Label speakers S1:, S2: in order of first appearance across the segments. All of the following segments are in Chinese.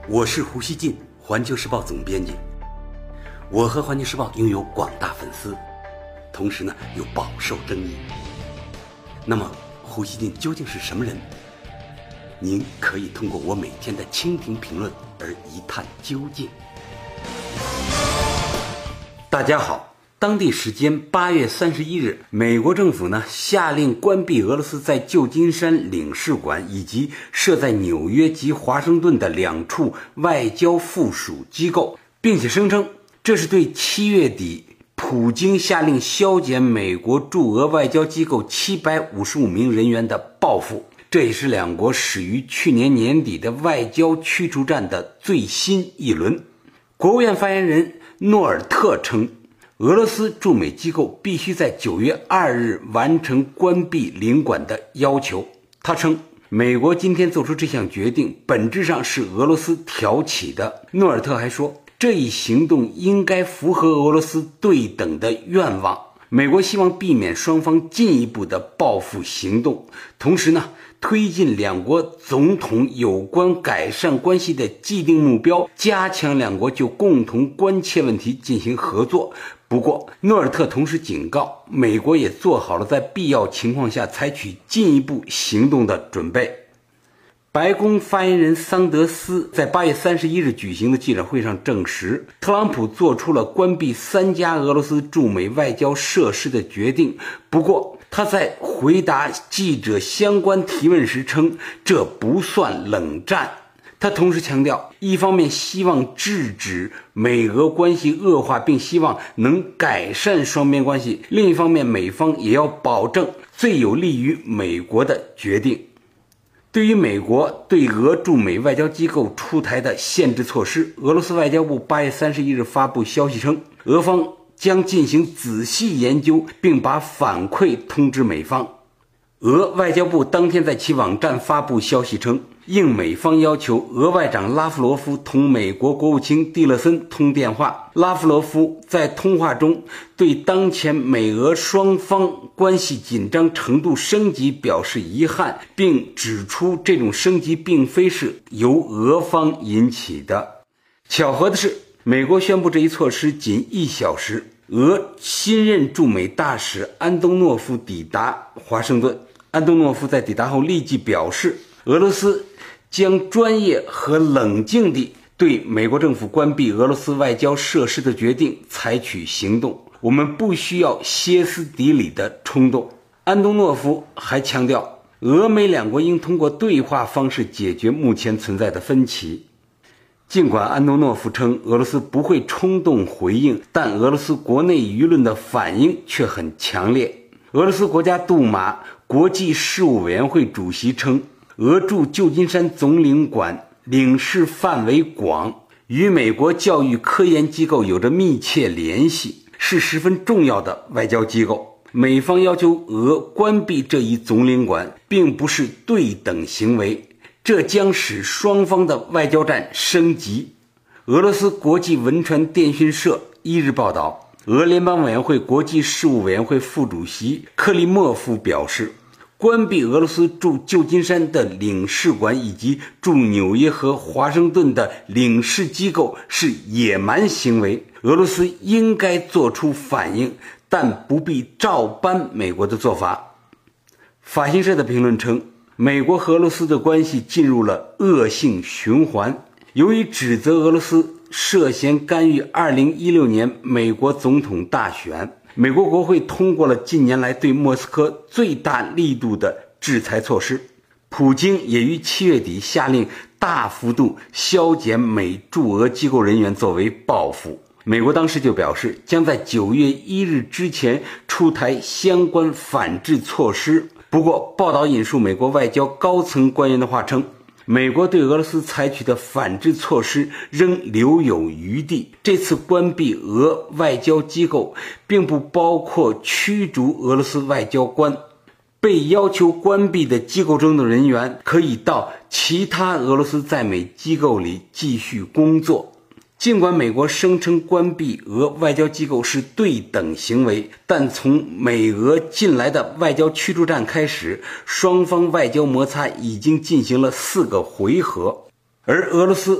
S1: 我是胡锡进，环球时报总编辑。我和环球时报拥有广大粉丝，同时又饱受争议。那么胡锡进究竟是什么人？您可以通过我每天的蜻蜓评论而一探究竟。大家好，当地时间8月31日，美国政府下令关闭俄罗斯在旧金山领事馆以及设在纽约及华盛顿的2处外交附属机构，并且声称这是对7月底普京下令削减美国驻俄外交机构755名人员的报复。这也是两国始于去年年底的外交驱逐战的最新一轮。国务院发言人诺尔特称，俄罗斯驻美机构必须在9月2日完成关闭领馆的要求。他称，美国今天做出这项决定本质上是俄罗斯挑起的。诺尔特还说，这一行动应该符合俄罗斯对等的愿望。美国希望避免双方进一步的报复行动，同时推进两国总统有关改善关系的既定目标，加强两国就共同关切问题进行合作。不过，诺尔特同时警告，美国也做好了在必要情况下采取进一步行动的准备。白宫发言人桑德斯在8月31日举行的记者会上证实，特朗普做出了关闭3家俄罗斯驻美外交设施的决定。不过，他在回答记者相关提问时称，这不算冷战。他同时强调，一方面希望制止美俄关系恶化，并希望能改善双边关系；另一方面，美方也要保证最有利于美国的决定。对于美国对俄驻美外交机构出台的限制措施，俄罗斯外交部8月31日发布消息称，俄方将进行仔细研究，并把反馈通知美方。俄外交部当天在其网站发布消息称，应美方要求，俄外长拉夫罗夫同美国国务卿蒂勒森通电话。拉夫罗夫在通话中对当前美俄双方关系紧张程度升级表示遗憾，并指出这种升级并非是由俄方引起的。巧合的是，美国宣布这一措施仅1小时，俄新任驻美大使安东诺夫抵达华盛顿。安东诺夫在抵达后立即表示，俄罗斯将专业和冷静地对美国政府关闭俄罗斯外交设施的决定采取行动，我们不需要歇斯底里的冲动。安东诺夫还强调，俄美两国应通过对话方式解决目前存在的分歧。尽管安东诺夫称俄罗斯不会冲动回应，但俄罗斯国内舆论的反应却很强烈。俄罗斯国家杜马国际事务委员会主席称，俄驻旧金山总领馆领事范围广，与美国教育科研机构有着密切联系，是十分重要的外交机构。美方要求俄关闭这一总领馆，并不是对等行为，这将使双方的外交战升级。俄罗斯国际文传电讯社1日报道，俄联邦委员会国际事务委员会副主席克利莫夫表示，关闭俄罗斯驻旧金山的领事馆以及驻纽约和华盛顿的领事机构是野蛮行为，俄罗斯应该做出反应，但不必照搬美国的做法。法新社的评论称，美国和俄罗斯的关系进入了恶性循环。由于指责俄罗斯涉嫌干预2016年美国总统大选，美国国会通过了近年来对莫斯科最大力度的制裁措施。普京也于7月底下令大幅度削减美驻俄机构人员作为报复。美国当时就表示，将在9月1日之前出台相关反制措施。不过，报道引述美国外交高层官员的话称，美国对俄罗斯采取的反制措施仍留有余地。这次关闭俄外交机构并不包括驱逐俄罗斯外交官，被要求关闭的机构中的人员可以到其他俄罗斯在美机构里继续工作。尽管美国声称关闭俄外交机构是对等行为，但从美俄近来的外交驱逐战开始，双方外交摩擦已经进行了4个回合，而俄罗斯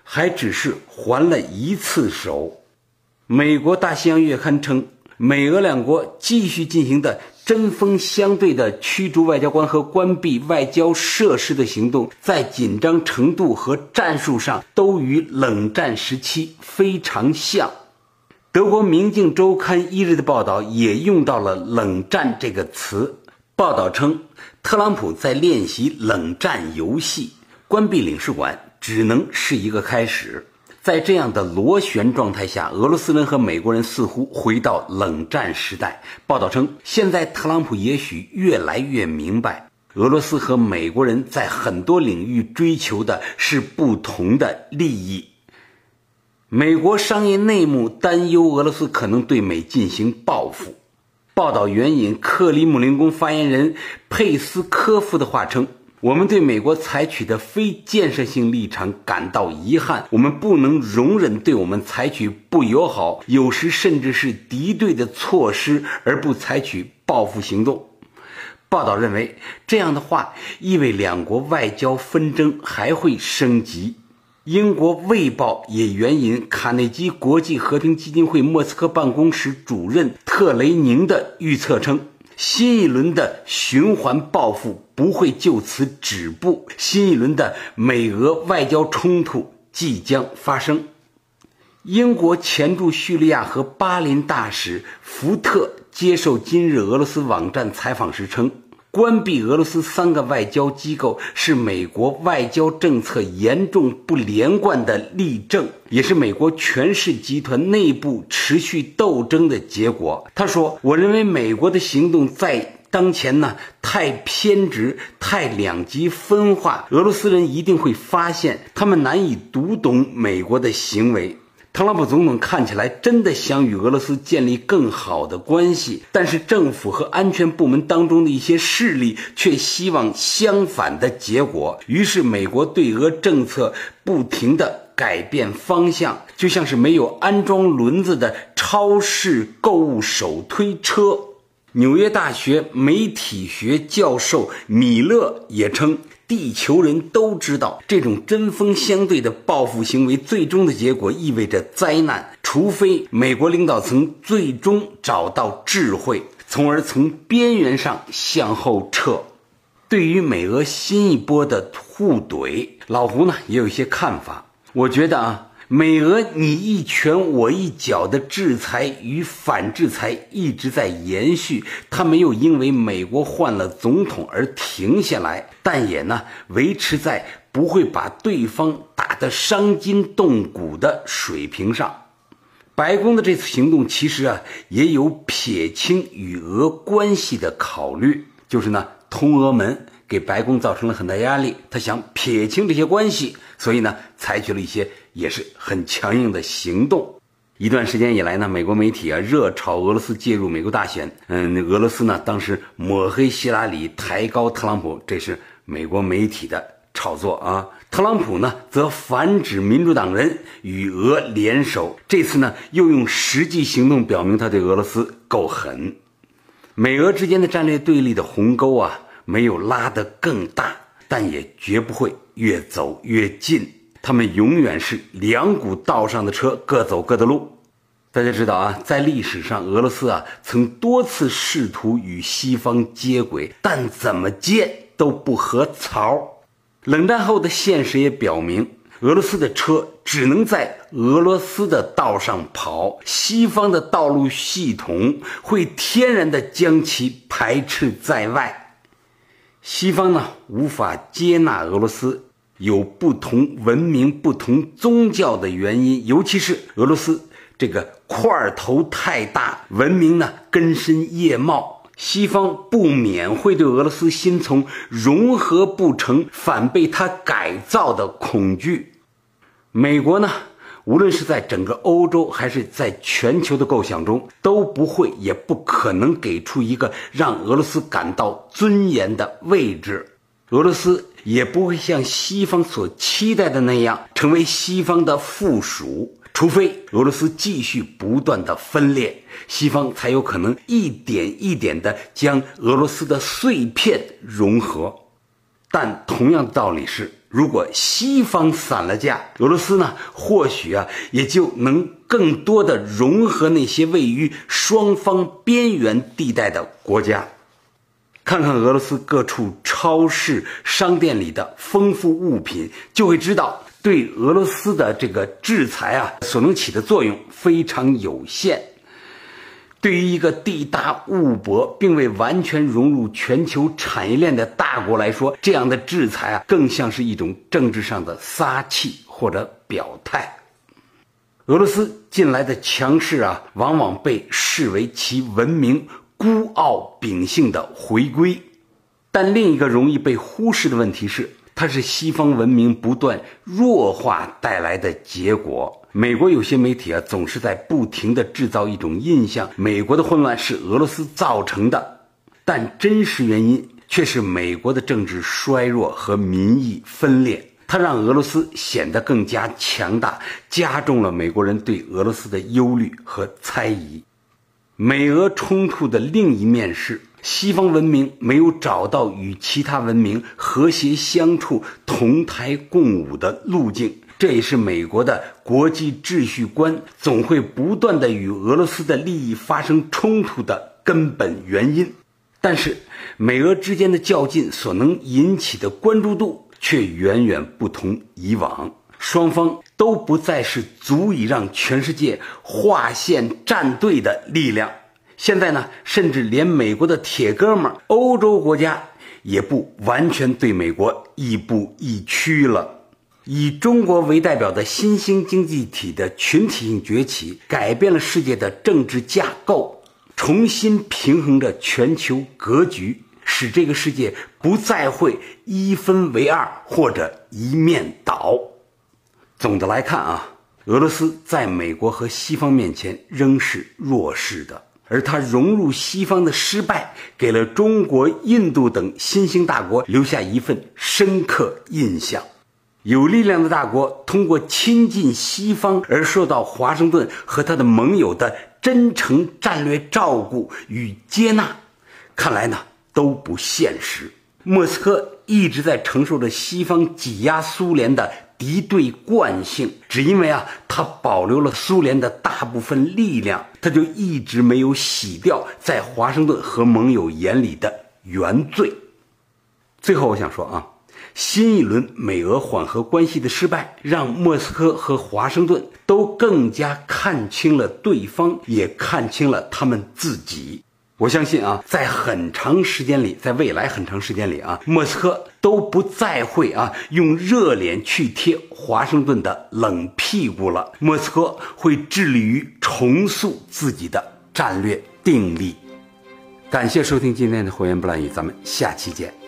S1: 还只是还了一次手。美国大西洋月刊称，美俄两国继续进行的针锋相对的驱逐外交官和关闭外交设施的行动，在紧张程度和战术上都与冷战时期非常像。德国明镜周刊1日的报道也用到了冷战这个词。报道称，特朗普在练习冷战游戏，关闭领事馆只能是一个开始。在这样的螺旋状态下，俄罗斯人和美国人似乎回到冷战时代。报道称，现在特朗普也许越来越明白，俄罗斯和美国人在很多领域追求的是不同的利益。美国商业内幕担忧俄罗斯可能对美进行报复。报道援引克里姆林宫发言人佩斯科夫的话称，我们对美国采取的非建设性立场感到遗憾，我们不能容忍对我们采取不友好，有时甚至是敌对的措施，而不采取报复行动。报道认为，这样的话意味两国外交纷争还会升级。英国《卫报》也援引卡内基国际和平基金会莫斯科办公室主任特雷宁的预测称，新一轮的循环报复不会就此止步，新一轮的美俄外交冲突即将发生。英国前驻叙利亚和巴林大使福特接受今日俄罗斯网站采访时称，关闭俄罗斯3个外交机构是美国外交政策严重不连贯的例证，也是美国权势集团内部持续斗争的结果。他说，我认为美国的行动在当前太偏执，太两极分化，俄罗斯人一定会发现他们难以读懂美国的行为。特朗普总统看起来真的想与俄罗斯建立更好的关系，但是政府和安全部门当中的一些势力却希望相反的结果，于是美国对俄政策不停地改变方向，就像是没有安装轮子的超市购物手推车。纽约大学媒体学教授米勒也称，地球人都知道，这种针锋相对的报复行为最终的结果意味着灾难，除非美国领导层最终找到智慧，从而从边缘上向后撤。对于美俄新一波的互怼，老胡也有一些看法。我觉得美俄你一拳我一脚的制裁与反制裁一直在延续，它没有因为美国换了总统而停下来，但也维持在不会把对方打得伤筋动骨的水平上。白宫的这次行动其实也有撇清与俄关系的考虑，就是通俄门给白宫造成了很大压力，他想撇清这些关系，所以采取了一些也是很强硬的行动。一段时间以来美国媒体热炒俄罗斯介入美国大选，俄罗斯当时抹黑希拉里，抬高特朗普，这是美国媒体的炒作啊。特朗普则反指民主党人与俄联手，这次又用实际行动表明他对俄罗斯够狠。美俄之间的战略对立的鸿沟没有拉得更大，但也绝不会越走越近，他们永远是两股道上的车，各走各的路。大家知道在历史上俄罗斯曾多次试图与西方接轨，但怎么接都不合槽。冷战后的现实也表明，俄罗斯的车只能在俄罗斯的道上跑，西方的道路系统会天然地将其排斥在外。西方无法接纳俄罗斯，有不同文明、不同宗教的原因，尤其是俄罗斯这个块头太大，文明根深叶茂，西方不免会对俄罗斯心从融合不成反被它改造的恐惧。美国无论是在整个欧洲还是在全球的构想中，都不会也不可能给出一个让俄罗斯感到尊严的位置。俄罗斯也不会像西方所期待的那样成为西方的附属，除非俄罗斯继续不断的分裂，西方才有可能一点一点的将俄罗斯的碎片融合。但同样的道理是， 如果西方散了架，俄罗斯呢，或许也就能更多的融合那些位于双方边缘地带的国家。看看俄罗斯各处超市、商店里的丰富物品，就会知道对俄罗斯的这个制裁所能起的作用非常有限。对于一个地大物博并未完全融入全球产业链的大国来说，这样的制裁更像是一种政治上的撒气或者表态。俄罗斯近来的强势往往被视为其文明孤傲秉性的回归。但另一个容易被忽视的问题是，它是西方文明不断弱化带来的结果。美国有些媒体总是在不停地制造一种印象，美国的混乱是俄罗斯造成的，但真实原因却是美国的政治衰弱和民意分裂，它让俄罗斯显得更加强大，加重了美国人对俄罗斯的忧虑和猜疑。美俄冲突的另一面是，西方文明没有找到与其他文明和谐相处、同台共舞的路径，这也是美国的国际秩序观总会不断地与俄罗斯的利益发生冲突的根本原因。但是，美俄之间的较劲所能引起的关注度却远远不同以往，双方都不再是足以让全世界划线站队的力量。现在呢，甚至连美国的铁哥们欧洲国家也不完全对美国亦步亦趋了。以中国为代表的新兴经济体的群体性崛起，改变了世界的政治架构，重新平衡着全球格局，使这个世界不再会一分为二或者一面倒。总的来看俄罗斯在美国和西方面前仍是弱势的，而它融入西方的失败，给了中国、印度等新兴大国留下一份深刻印象。有力量的大国通过亲近西方而受到华盛顿和他的盟友的真诚战略照顾与接纳，看来呢都不现实。莫斯科一直在承受着西方挤压苏联的敌对惯性，只因为它保留了苏联的大部分力量，它就一直没有洗掉在华盛顿和盟友眼里的原罪。最后我想说新一轮美俄缓和关系的失败，让莫斯科和华盛顿都更加看清了对方，也看清了他们自己。我相信在很长时间里，在未来很长时间里莫斯科都不再会用热脸去贴华盛顿的冷屁股了。莫斯科会致力于重塑自己的战略定力。感谢收听今天的胡言不乱语，咱们下期见。